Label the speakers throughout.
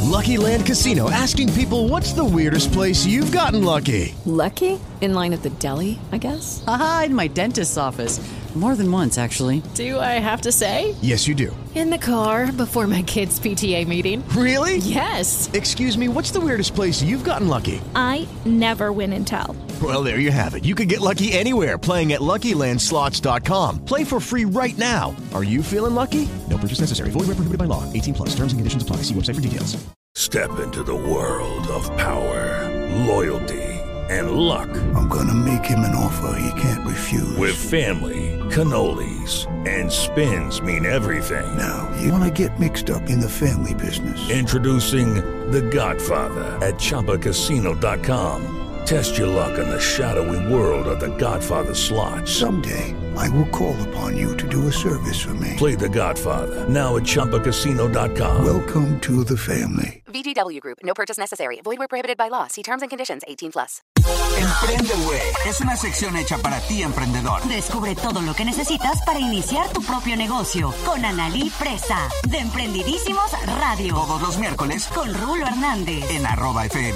Speaker 1: Lucky Land Casino, asking people, what's the weirdest place you've gotten lucky?
Speaker 2: Lucky? In line at the deli, I guess?
Speaker 3: Aha, in my dentist's office. More than once, actually.
Speaker 2: Do I have to say?
Speaker 1: Yes, you do.
Speaker 2: In the car before my kids' PTA meeting.
Speaker 1: Really?
Speaker 2: Yes.
Speaker 1: Excuse me, what's the weirdest place you've gotten lucky?
Speaker 4: I never win and tell.
Speaker 1: Well, there you have it. You can get lucky anywhere, playing at LuckyLandSlots.com. Play for free right now. Are you feeling lucky? No purchase necessary. Void where prohibited by law. 18 plus. Terms and conditions apply. See website for details.
Speaker 5: Step into the world of power, loyalty, and luck.
Speaker 6: I'm gonna make him an offer he can't refuse.
Speaker 5: With family, cannolis, and spins mean everything.
Speaker 6: Now, you wanna get mixed up in the family business.
Speaker 5: Introducing The Godfather at ChumbaCasino.com. Test your luck in the shadowy world of The Godfather slot.
Speaker 6: Someday, I will call upon you to do a service for me.
Speaker 5: Play The Godfather, now at ChumbaCasino.com.
Speaker 6: Welcome to the family.
Speaker 7: VGW Group. No purchase necessary. Void where prohibited by law. See terms and conditions. 18+.
Speaker 8: Emprende Güey es una sección hecha para ti, emprendedor.
Speaker 9: Descubre todo lo que necesitas para iniciar tu propio negocio con Analí Presa de Emprendidísimos Radio.
Speaker 8: Todos los miércoles
Speaker 9: con Rulo Hernández
Speaker 8: en @FM.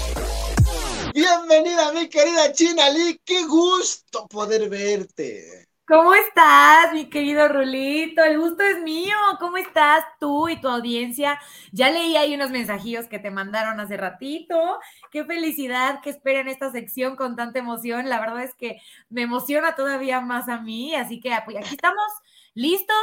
Speaker 10: Bienvenida, mi querida Chinalí. Qué gusto poder verte.
Speaker 11: ¿Cómo estás, mi querido Rulito? El gusto es mío. ¿Cómo estás tú y tu audiencia? Ya leí ahí unos mensajillos que te mandaron hace ratito. Qué felicidad que esperen esta sección con tanta emoción. La verdad es que me emociona todavía más a mí. Así que pues, aquí estamos listos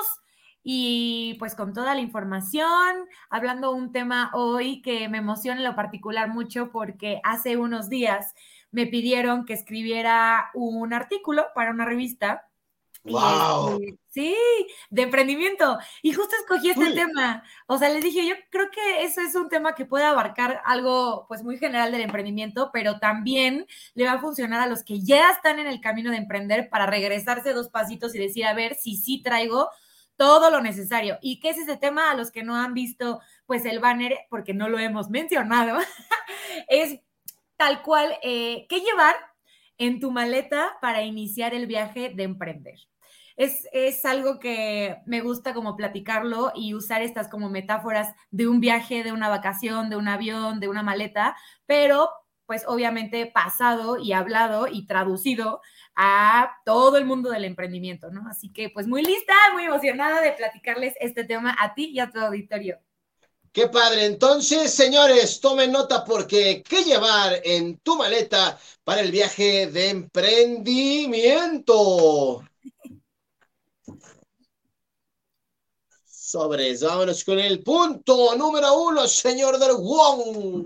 Speaker 11: y pues con toda la información, hablando un tema hoy que me emociona en lo particular mucho porque hace unos días me pidieron que escribiera un artículo para una revista.
Speaker 10: ¡Wow!
Speaker 11: Sí, de emprendimiento. Y justo escogí este tema. O sea, les dije, yo creo que eso es un tema que puede abarcar algo pues muy general del emprendimiento, pero también le va a funcionar a los que ya están en el camino de emprender para regresarse 2 pasitos y decir, a ver si sí traigo todo lo necesario. ¿Y qué es ese tema? A los que no han visto pues el banner, porque no lo hemos mencionado, es tal cual, ¿qué llevar en tu maleta para iniciar el viaje de emprender? Es algo que me gusta como platicarlo y usar estas como metáforas de un viaje, de una vacación, de un avión, de una maleta, pero pues obviamente pasado y hablado y traducido a todo el mundo del emprendimiento, ¿no? Así que pues muy lista, muy emocionada de platicarles este tema a ti y a tu auditorio.
Speaker 10: ¡Qué padre! Entonces, señores, tomen nota porque ¿qué llevar en tu maleta para el viaje de emprendimiento? Sobres, vámonos con el punto número 1, señor Del Wong.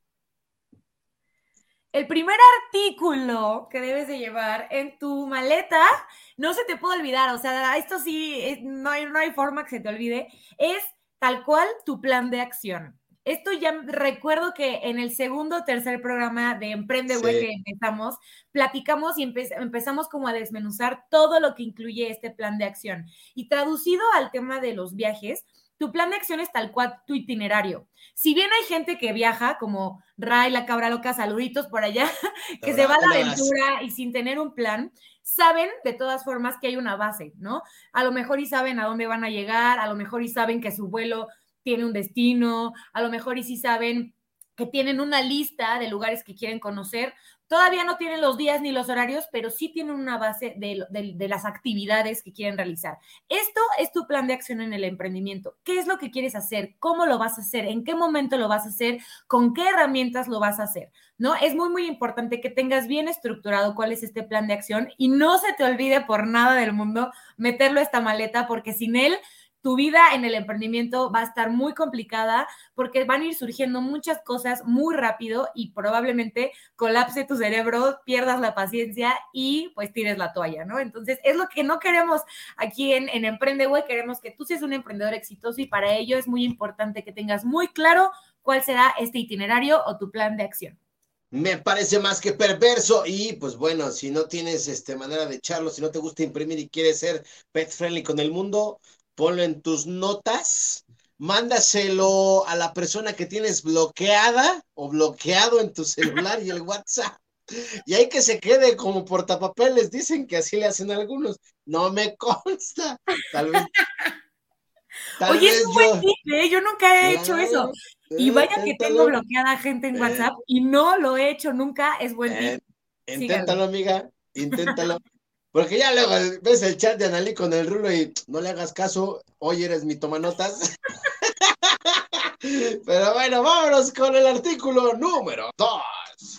Speaker 11: El primer artículo que debes de llevar en tu maleta, no se te puede olvidar, o sea, esto sí, no hay forma que se te olvide, es tal cual tu plan de acción. Esto ya recuerdo que en el segundo o tercer programa de Emprende Güey que empezamos, platicamos y empezamos como a desmenuzar todo lo que incluye este plan de acción. Y traducido al tema de los viajes, tu plan de acción es tal cual tu itinerario. Si bien hay gente que viaja, como Ray, la cabra loca, saluditos por allá, que se va a la aventura y sin tener un plan, saben de todas formas que hay una base, ¿no? A lo mejor y saben a dónde van a llegar, a lo mejor y saben que su vuelo tiene un destino, a lo mejor y sí saben que tienen una lista de lugares que quieren conocer. Todavía no tienen los días ni los horarios, pero sí tienen una base de las actividades que quieren realizar. Esto es tu plan de acción en el emprendimiento. ¿Qué es lo que quieres hacer? ¿Cómo lo vas a hacer? ¿En qué momento lo vas a hacer? ¿Con qué herramientas lo vas a hacer? ¿No? Es muy, muy importante que tengas bien estructurado cuál es este plan de acción y no se te olvide por nada del mundo meterlo a esta maleta, porque sin él tu vida en el emprendimiento va a estar muy complicada porque van a ir surgiendo muchas cosas muy rápido y probablemente colapse tu cerebro, pierdas la paciencia y pues tires la toalla, ¿no? Entonces es lo que no queremos aquí en Emprende Güey. Queremos que tú seas un emprendedor exitoso y para ello es muy importante que tengas muy claro cuál será este itinerario o tu plan de acción.
Speaker 10: Me parece más que perverso y pues bueno, si no tienes manera de echarlo, si no te gusta imprimir y quieres ser pet friendly con el mundo, ponlo en tus notas, mándaselo a la persona que tienes bloqueada o bloqueado en tu celular y el WhatsApp. Y hay que se quede como portapapeles, dicen que así le hacen algunos. No me consta. Tal vez
Speaker 11: Oye, es un buen tip, ¿eh? Yo nunca he hecho eso. Y vaya que tengo
Speaker 10: Inténtalo.
Speaker 11: bloqueada gente en WhatsApp y no lo he hecho nunca, es buen tip.
Speaker 10: Inténtalo, amiga, inténtalo. Porque ya luego ves el chat de Analí con el rulo y no le hagas caso, hoy eres mi tomanotas. Pero bueno, vámonos con el artículo número 2.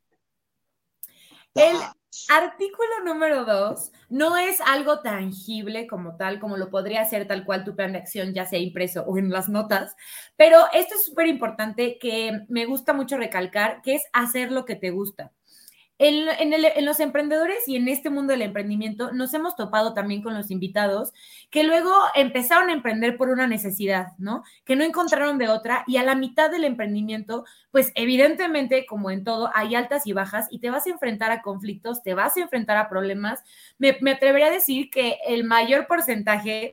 Speaker 11: El artículo número 2 no es algo tangible como tal, como lo podría ser tal cual tu plan de acción, ya sea impreso o en las notas, pero esto es súper importante que me gusta mucho recalcar, que es hacer lo que te gusta. En los emprendedores y en este mundo del emprendimiento nos hemos topado también con los invitados que luego empezaron a emprender por una necesidad, ¿no? Que no encontraron de otra y a la mitad del emprendimiento, pues evidentemente, como en todo, hay altas y bajas y te vas a enfrentar a conflictos, te vas a enfrentar a problemas. Me atrevería a decir que el mayor porcentaje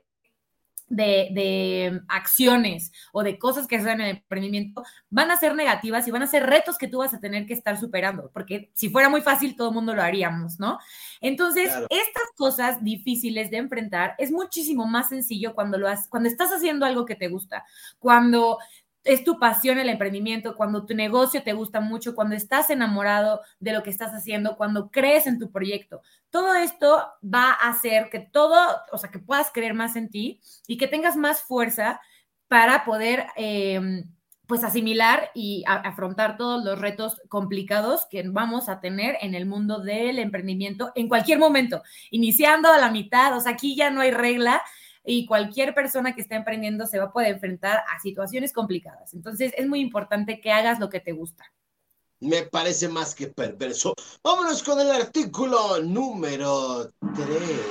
Speaker 11: de acciones o de cosas que hacen en el emprendimiento van a ser negativas y van a ser retos que tú vas a tener que estar superando, porque si fuera muy fácil todo el mundo lo haríamos, ¿no? Entonces, claro, estas cosas difíciles de enfrentar es muchísimo más sencillo cuando estás haciendo algo que te gusta, cuando es tu pasión el emprendimiento, cuando tu negocio te gusta mucho, cuando estás enamorado de lo que estás haciendo, cuando crees en tu proyecto. Todo esto va a hacer que que puedas creer más en ti y que tengas más fuerza para poder pues asimilar y afrontar todos los retos complicados que vamos a tener en el mundo del emprendimiento en cualquier momento, iniciando a la mitad, o sea, aquí ya no hay regla, y cualquier persona que esté emprendiendo se va a poder enfrentar a situaciones complicadas. Entonces, es muy importante que hagas lo que te gusta.
Speaker 10: Me parece más que perverso. Vámonos con el artículo número 3.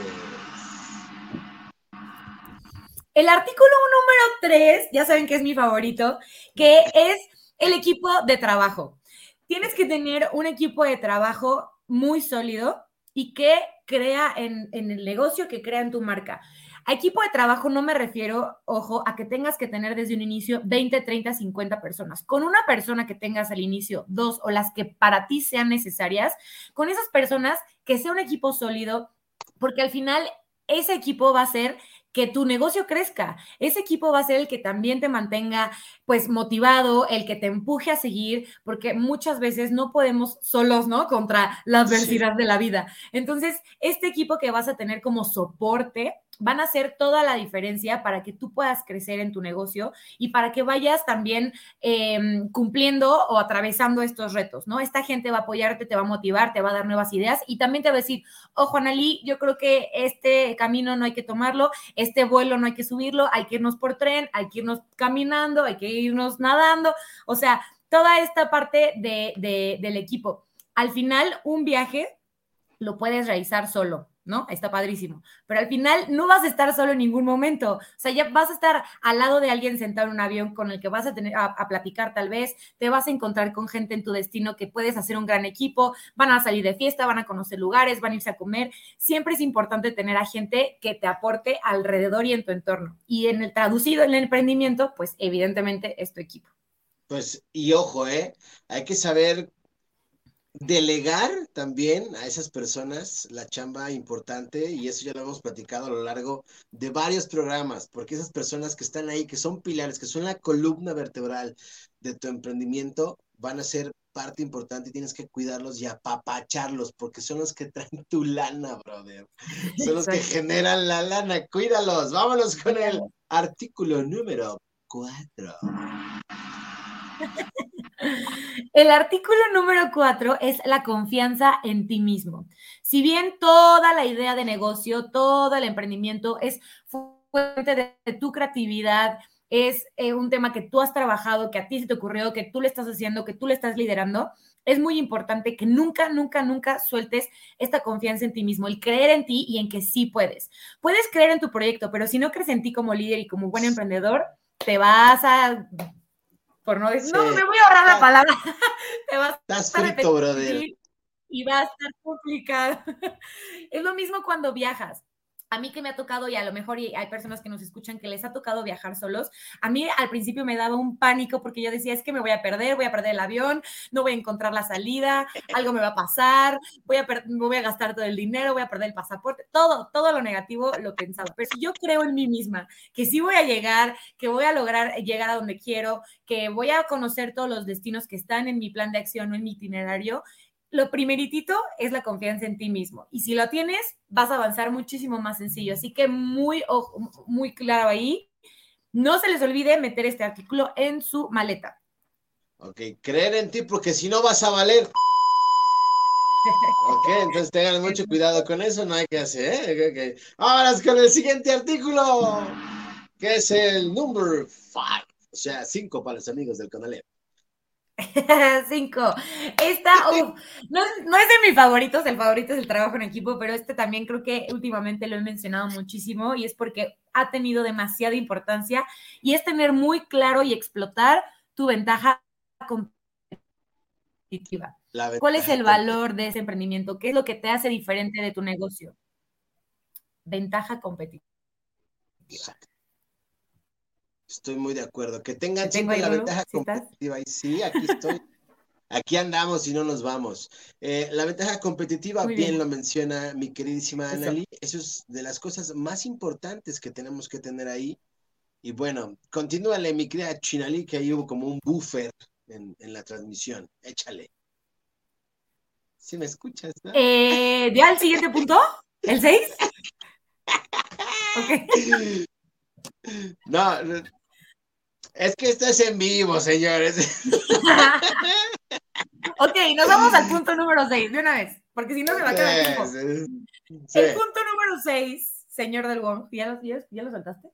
Speaker 11: El artículo número 3, ya saben que es mi favorito, que es el equipo de trabajo. Tienes que tener un equipo de trabajo muy sólido y que crea en el negocio, que crea en tu marca. A equipo de trabajo no me refiero, ojo, a que tengas que tener desde un inicio 20, 30, 50 personas. Con una persona que tengas al inicio, 2 o las que para ti sean necesarias, con esas personas que sea un equipo sólido, porque al final ese equipo va a ser que tu negocio crezca. Ese equipo va a ser el que también te mantenga pues motivado, el que te empuje a seguir, porque muchas veces no podemos solos, ¿no? Contra la adversidad de la vida. Entonces, este equipo que vas a tener como soporte van a hacer toda la diferencia para que tú puedas crecer en tu negocio y para que vayas también cumpliendo o atravesando estos retos, ¿no? Esta gente va a apoyarte, te va a motivar, te va a dar nuevas ideas y también te va a decir, ojo, Analí, yo creo que este camino no hay que tomarlo, este vuelo no hay que subirlo, hay que irnos por tren, hay que irnos caminando, hay que irnos nadando, o sea, toda esta parte del equipo. Al final, un viaje lo puedes realizar solo, ¿no? Está padrísimo. Pero al final no vas a estar solo en ningún momento. O sea, ya vas a estar al lado de alguien sentado en un avión con el que vas a tener a platicar tal vez, te vas a encontrar con gente en tu destino que puedes hacer un gran equipo, van a salir de fiesta, van a conocer lugares, van a irse a comer. Siempre es importante tener a gente que te aporte alrededor y en tu entorno. Y en el traducido, en el emprendimiento, pues evidentemente es tu equipo.
Speaker 10: Pues, y ojo, hay que saber delegar también a esas personas la chamba importante, y eso ya lo hemos platicado a lo largo de varios programas, porque esas personas que están ahí, que son pilares, que son la columna vertebral de tu emprendimiento, van a ser parte importante y tienes que cuidarlos y apapacharlos, porque son los que traen tu lana, brother. Son los que generan la lana. Cuídalos. Vámonos con el artículo número 4.
Speaker 11: El artículo número 4 es la confianza en ti mismo. Si bien toda la idea de negocio, todo el emprendimiento es fuente de tu creatividad, es un tema que tú has trabajado, que a ti se te ocurrió, que tú le estás haciendo, que tú le estás liderando, es muy importante que nunca, nunca, nunca sueltes esta confianza en ti mismo, el creer en ti y en que sí puedes. Puedes creer en tu proyecto, pero si no crees en ti como líder y como buen emprendedor, te vas a... Por no decir, no, me voy a ahorrar la palabra. Te vas
Speaker 10: Estás frito, brother.
Speaker 11: Y va a estar complicado. Es lo mismo cuando viajas. A mí que me ha tocado, y a lo mejor hay personas que nos escuchan que les ha tocado viajar solos, a mí al principio me daba un pánico porque yo decía, es que me voy a perder el avión, no voy a encontrar la salida, algo me va a pasar, me voy a gastar todo el dinero, voy a perder el pasaporte, todo lo negativo lo pensaba. Pero si yo creo en mí misma, que sí voy a llegar, que voy a lograr llegar a donde quiero, que voy a conocer todos los destinos que están en mi plan de acción o en mi itinerario, lo primeritito es la confianza en ti mismo. Y si lo tienes, vas a avanzar muchísimo más sencillo. Así que muy claro ahí. No se les olvide meter este artículo en su maleta.
Speaker 10: Ok, creer en ti porque si no vas a valer. Ok, entonces tengan mucho cuidado con eso, no hay que hacer, ¿eh? Okay. Ahora con el siguiente artículo, que es el number 5, o sea, 5 para los amigos del Conalep.
Speaker 11: 5. Esta, no es de mis favoritos, el favorito es el trabajo en equipo, pero este también creo que últimamente lo he mencionado muchísimo y es porque ha tenido demasiada importancia y es tener muy claro y explotar tu ventaja competitiva. ¿Cuál es el valor de ese emprendimiento? ¿Qué es lo que te hace diferente de tu negocio? Ventaja competitiva.
Speaker 10: Exacto. Estoy muy de acuerdo. Que tengan siempre la ventaja competitiva. Y sí, aquí estoy. Aquí andamos y no nos vamos. La ventaja competitiva, bien lo menciona mi queridísima Analí. Eso es de las cosas más importantes que tenemos que tener ahí. Y bueno, continúale, mi querida Chinalí, que ahí hubo como un buffer en la transmisión. Échale. ¿Sí me escuchas? ¿No?
Speaker 11: ¿Ya el siguiente punto? ¿El 6?
Speaker 10: Ok. No, es que esto es en vivo, señores.
Speaker 11: Ok, nos vamos al punto número 6 de una vez, porque si no se va a quedar el tiempo.
Speaker 10: Sí.
Speaker 11: El punto número 6, señor del Wong, ¿ya lo soltaste?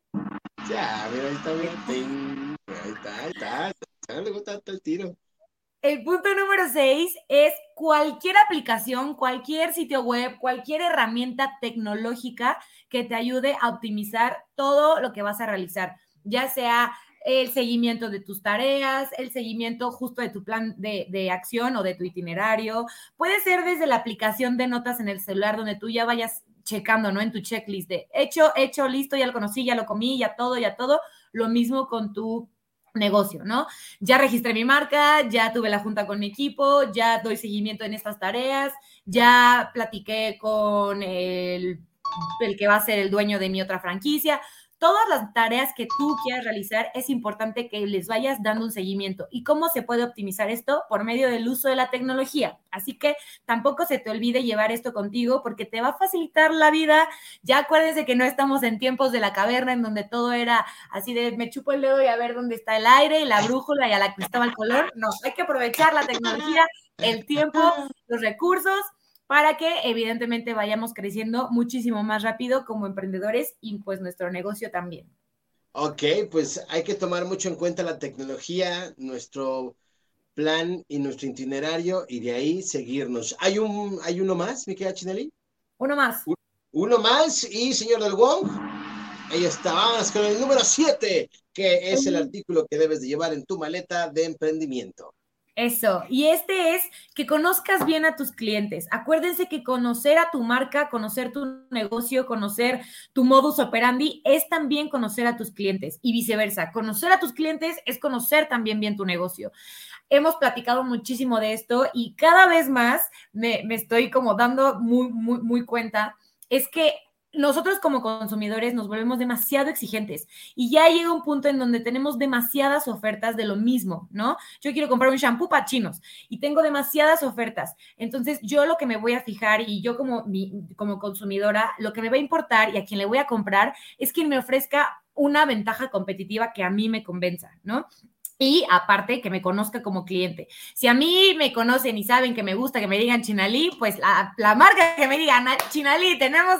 Speaker 10: Ya, mira, ahí está bien. Ahí está. No le gusta tanto el tiro.
Speaker 11: El punto número 6 es cualquier aplicación, cualquier sitio web, cualquier herramienta tecnológica que te ayude a optimizar todo lo que vas a realizar, ya sea el seguimiento de tus tareas, el seguimiento justo de tu plan de acción o de tu itinerario. Puede ser desde la aplicación de notas en el celular donde tú ya vayas checando, ¿no? En tu checklist de hecho, listo, ya lo conocí, ya lo comí, ya todo. Lo mismo con tu negocio, ¿no? Ya registré mi marca, ya tuve la junta con mi equipo, ya doy seguimiento en estas tareas, ya platiqué con el que va a ser el dueño de mi otra franquicia. Todas las tareas que tú quieras realizar, es importante que les vayas dando un seguimiento. ¿Y cómo se puede optimizar esto? Por medio del uso de la tecnología. Así que tampoco se te olvide llevar esto contigo porque te va a facilitar la vida. Ya acuérdense que no estamos en tiempos de la caverna en donde todo era así de me chupo el dedo y a ver dónde está el aire y la brújula y a la Cristóbal Colón. No, hay que aprovechar la tecnología, el tiempo, los recursos, para que evidentemente vayamos creciendo muchísimo más rápido como emprendedores y pues nuestro negocio también.
Speaker 10: Ok, pues hay que tomar mucho en cuenta la tecnología, nuestro plan y nuestro itinerario y de ahí seguirnos. ¿Hay uno más, mi querida Chinalí?
Speaker 11: Uno más.
Speaker 10: Uno más y señor del Wong, ahí está, vamos con el número 7, que es el artículo que debes de llevar en tu maleta de emprendimiento.
Speaker 11: Eso, y este es que conozcas bien a tus clientes. Acuérdense que conocer a tu marca, conocer tu negocio, conocer tu modus operandi es también conocer a tus clientes y viceversa. Conocer a tus clientes es conocer también bien tu negocio. Hemos platicado muchísimo de esto y cada vez más me estoy como dando muy cuenta, es que nosotros como consumidores nos volvemos demasiado exigentes y ya llega un punto en donde tenemos demasiadas ofertas de lo mismo, ¿no? Yo quiero comprar un shampoo para chinos y tengo demasiadas ofertas. Entonces, yo lo que me voy a fijar y yo como consumidora, lo que me va a importar y a quien le voy a comprar es quien me ofrezca una ventaja competitiva que a mí me convenza, ¿no? Y aparte, que me conozca como cliente. Si a mí me conocen y saben que me gusta que me digan Chinalí, pues la marca que me digan, Chinalí, tenemos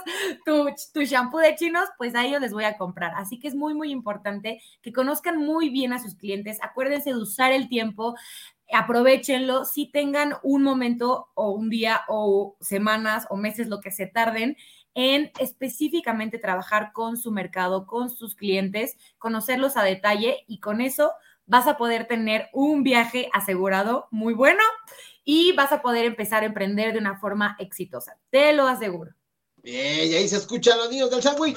Speaker 11: tu shampoo de chinos, pues a ellos les voy a comprar. Así que es muy importante que conozcan muy bien a sus clientes. Acuérdense de usar el tiempo, aprovéchenlo. Si tengan un momento o un día o semanas o meses, lo que se tarden, en específicamente trabajar con su mercado, con sus clientes, conocerlos a detalle y con eso vas a poder tener un viaje asegurado muy bueno y vas a poder empezar a emprender de una forma exitosa. Te lo aseguro.
Speaker 10: Bien, y ahí se escuchan los niños del sándwich.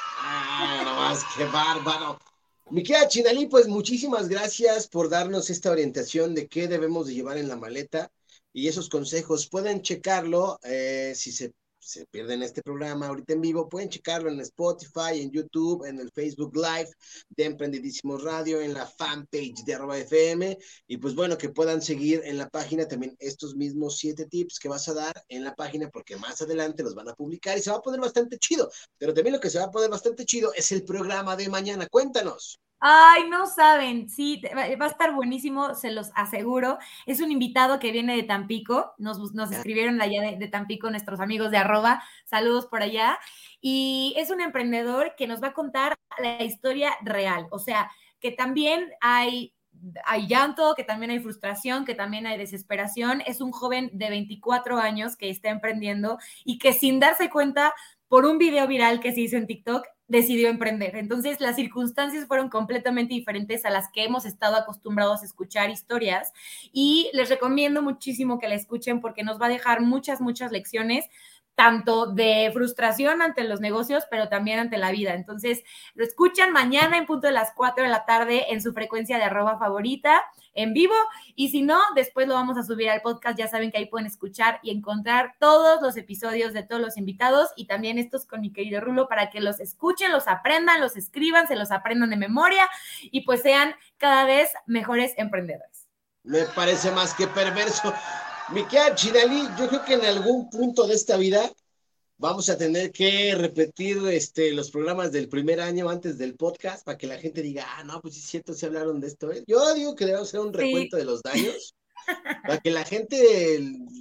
Speaker 10: Nomás, qué bárbaro. Mi querida Chinalí, pues muchísimas gracias por darnos esta orientación de qué debemos de llevar en la maleta y esos consejos. Pueden checarlo si se pierden este programa ahorita en vivo, pueden checarlo en Spotify, en YouTube, en el Facebook Live de Emprendidísimo Radio, en la fanpage de @FM, y pues bueno, que puedan seguir en la página también estos mismos 7 tips que vas a dar en la página, porque más adelante los van a publicar y se va a poner bastante chido, pero también lo que se va a poner bastante chido es el programa de mañana. Cuéntanos.
Speaker 11: Ay, no saben, sí, va a estar buenísimo, se los aseguro. Es un invitado que viene de Tampico, nos escribieron de allá de Tampico nuestros amigos de @, saludos por allá, y es un emprendedor que nos va a contar la historia real, o sea, que también hay llanto, que también hay frustración, que también hay desesperación. Es un joven de 24 años que está emprendiendo y que sin darse cuenta, por un video viral que se hizo en TikTok, decidió emprender. Entonces, las circunstancias fueron completamente diferentes a las que hemos estado acostumbrados a escuchar historias, y les recomiendo muchísimo que la escuchen porque nos va a dejar muchas lecciones, tanto de frustración ante los negocios, pero también ante la vida. Entonces, lo escuchan mañana en punto de las 4 de la tarde en su frecuencia de @favorita, en vivo, y si no, después lo vamos a subir al podcast. Ya saben que ahí pueden escuchar y encontrar todos los episodios de todos los invitados, y también estos con mi querido Rulo, para que los escuchen, los aprendan, los escriban, se los aprendan de memoria, y pues sean cada vez mejores emprendedores.
Speaker 10: Me parece más que perverso. Mi querida Chinalí, yo creo que en algún punto de esta vida vamos a tener que repetir los programas del primer año antes del podcast para que la gente diga, no, pues sí es cierto, sí hablaron de esto. Yo digo que debemos hacer un recuento de los daños para que la gente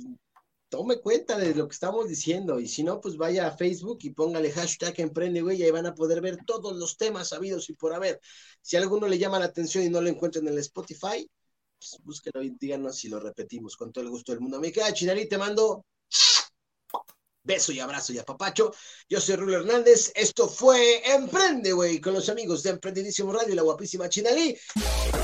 Speaker 10: tome cuenta de lo que estamos diciendo, y si no, pues vaya a Facebook y póngale #Emprende, güey, y ahí van a poder ver todos los temas habidos y por haber. Si a alguno le llama la atención y no lo encuentran en el Spotify, pues búsquenlo y díganos si lo repetimos con todo el gusto del mundo. Mi querida Chinalí, te mando beso y abrazo y apapacho. Yo soy Rulo Hernández. Esto fue Emprende, güey, con los amigos de Emprendidísimo Radio y la guapísima Chinalí.